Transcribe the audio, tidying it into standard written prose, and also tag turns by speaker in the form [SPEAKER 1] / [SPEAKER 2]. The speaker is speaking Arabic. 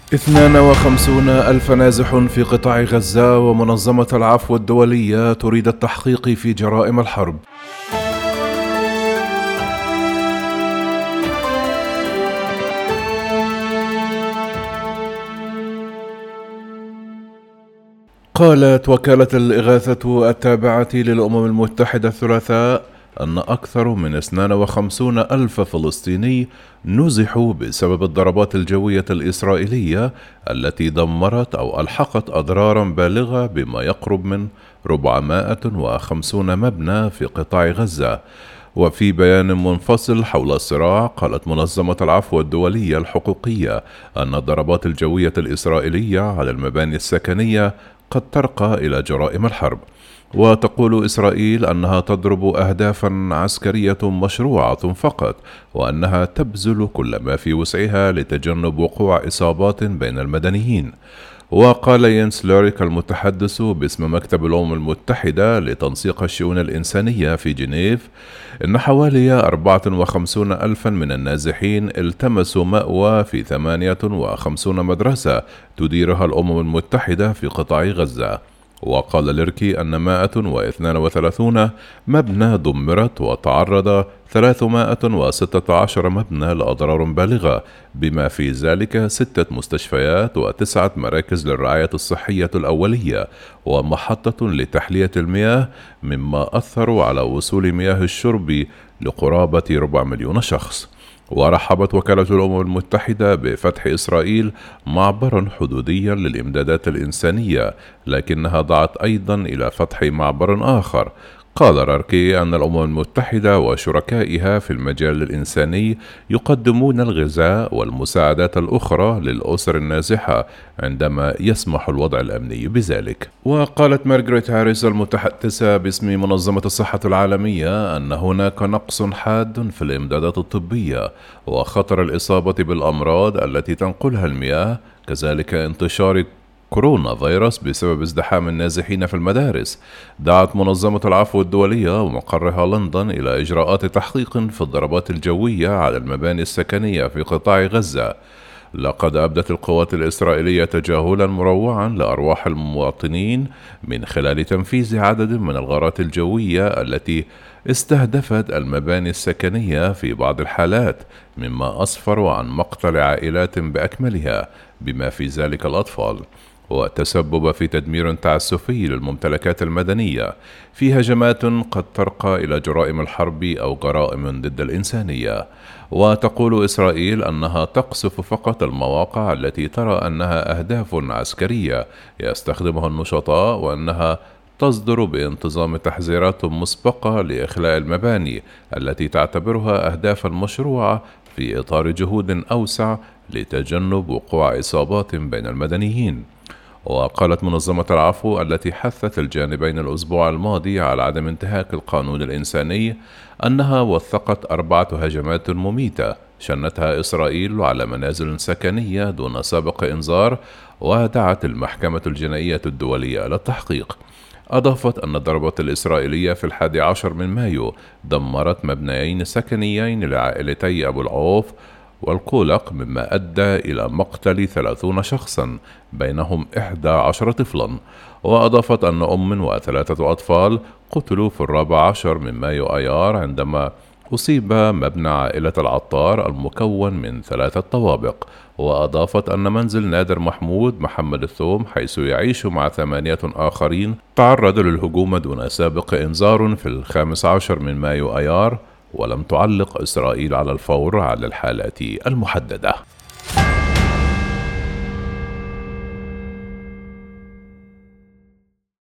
[SPEAKER 1] 52 ألف نازح في قطاع غزة، ومنظمة العفو الدولية تريد التحقيق في جرائم الحرب. قالت وكالة الإغاثة التابعة للأمم المتحدة الثلاثاء أن أكثر من 52 ألف فلسطيني نزحوا بسبب الضربات الجوية الإسرائيلية التي دمرت أو ألحقت أضرارا بالغة بما يقرب من 450 مبنى في قطاع غزة. وفي بيان منفصل حول الصراع، قالت منظمة العفو الدولية الحقوقية أن الضربات الجوية الإسرائيلية على المباني السكنية قد ترقى إلى جرائم الحرب. وتقول إسرائيل أنها تضرب أهدافا عسكرية مشروعة فقط، وأنها تبذل كل ما في وسعها لتجنب وقوع إصابات بين المدنيين. وقال ينس لوريك المتحدث باسم مكتب الأمم المتحدة لتنسيق الشؤون الإنسانية في جنيف إن حوالي 54 ألفا من النازحين التمسوا مأوى في 58 مدرسة تديرها الأمم المتحدة في قطاع غزة. وقال ليركي أن 132 مبنى دمرت، وتعرض 316 مبنى لأضرار بالغة، بما في ذلك 6 مستشفيات و9 مراكز للرعاية الصحية الأولية ومحطة لتحلية المياه، مما أثر على وصول مياه الشرب لقرابة 4 مليون شخص. ورحبت وكالة الأمم المتحدة بفتح إسرائيل معبرا حدوديا للإمدادات الإنسانية، لكنها دعت أيضا إلى فتح معبر آخر. قال راركي أن الأمم المتحدة وشركائها في المجال الإنساني يقدمون الغذاء والمساعدات الأخرى للأسر النازحة عندما يسمح الوضع الأمني بذلك. وقالت مارغريت هاريس المتحدثة باسم منظمة الصحة العالمية أن هناك نقص حاد في الإمدادات الطبية وخطر الإصابة بالأمراض التي تنقلها المياه، كذلك انتشار كورونا فيروس بسبب ازدحام النازحين في المدارس. دعت منظمة العفو الدولية ومقرها لندن إلى إجراءات تحقيق في الضربات الجوية على المباني السكنية في قطاع غزة. لقد أبدت القوات الإسرائيلية تجاهلا مروعا لأرواح المواطنين من خلال تنفيذ عدد من الغارات الجوية التي استهدفت المباني السكنية في بعض الحالات، مما أسفر عن مقتل عائلات بأكملها بما في ذلك الأطفال، وتسبب في تدمير تعسفي للممتلكات المدنية في هجمات قد ترقى إلى جرائم الحرب أو جرائم ضد الإنسانية. وتقول إسرائيل أنها تقصف فقط المواقع التي ترى أنها أهداف عسكرية يستخدمها النشطاء، وأنها تصدر بانتظام تحذيرات مسبقة لإخلاء المباني التي تعتبرها أهدافا مشروعة في إطار جهود أوسع لتجنب وقوع إصابات بين المدنيين. وقالت منظمة العفو التي حثت الجانبين الأسبوع الماضي على عدم انتهاك القانون الإنساني أنها وثقت 4 هجمات مميتة شنتها إسرائيل على منازل سكنية دون سابق إنذار، ودعت المحكمة الجنائية الدولية إلى التحقيق. أضافت أن الضربات الإسرائيلية في 11 من مايو دمرت مبنيين سكنيين لعائلتي أبو العوف والقولق، مما أدى إلى مقتل 30 شخصا بينهم 11 طفلا. وأضافت أن و3 أطفال قتلوا في 14 من مايو أيار عندما أصيب مبنى عائلة العطار المكون من 3 طوابق. وأضافت أن منزل نادر محمد الثوم، حيث يعيش مع 8 آخرين، تعرض للهجوم دون سابق إنذار في 15 من مايو أيار، ولم تعلق إسرائيل على الفور على الحالات المحددة.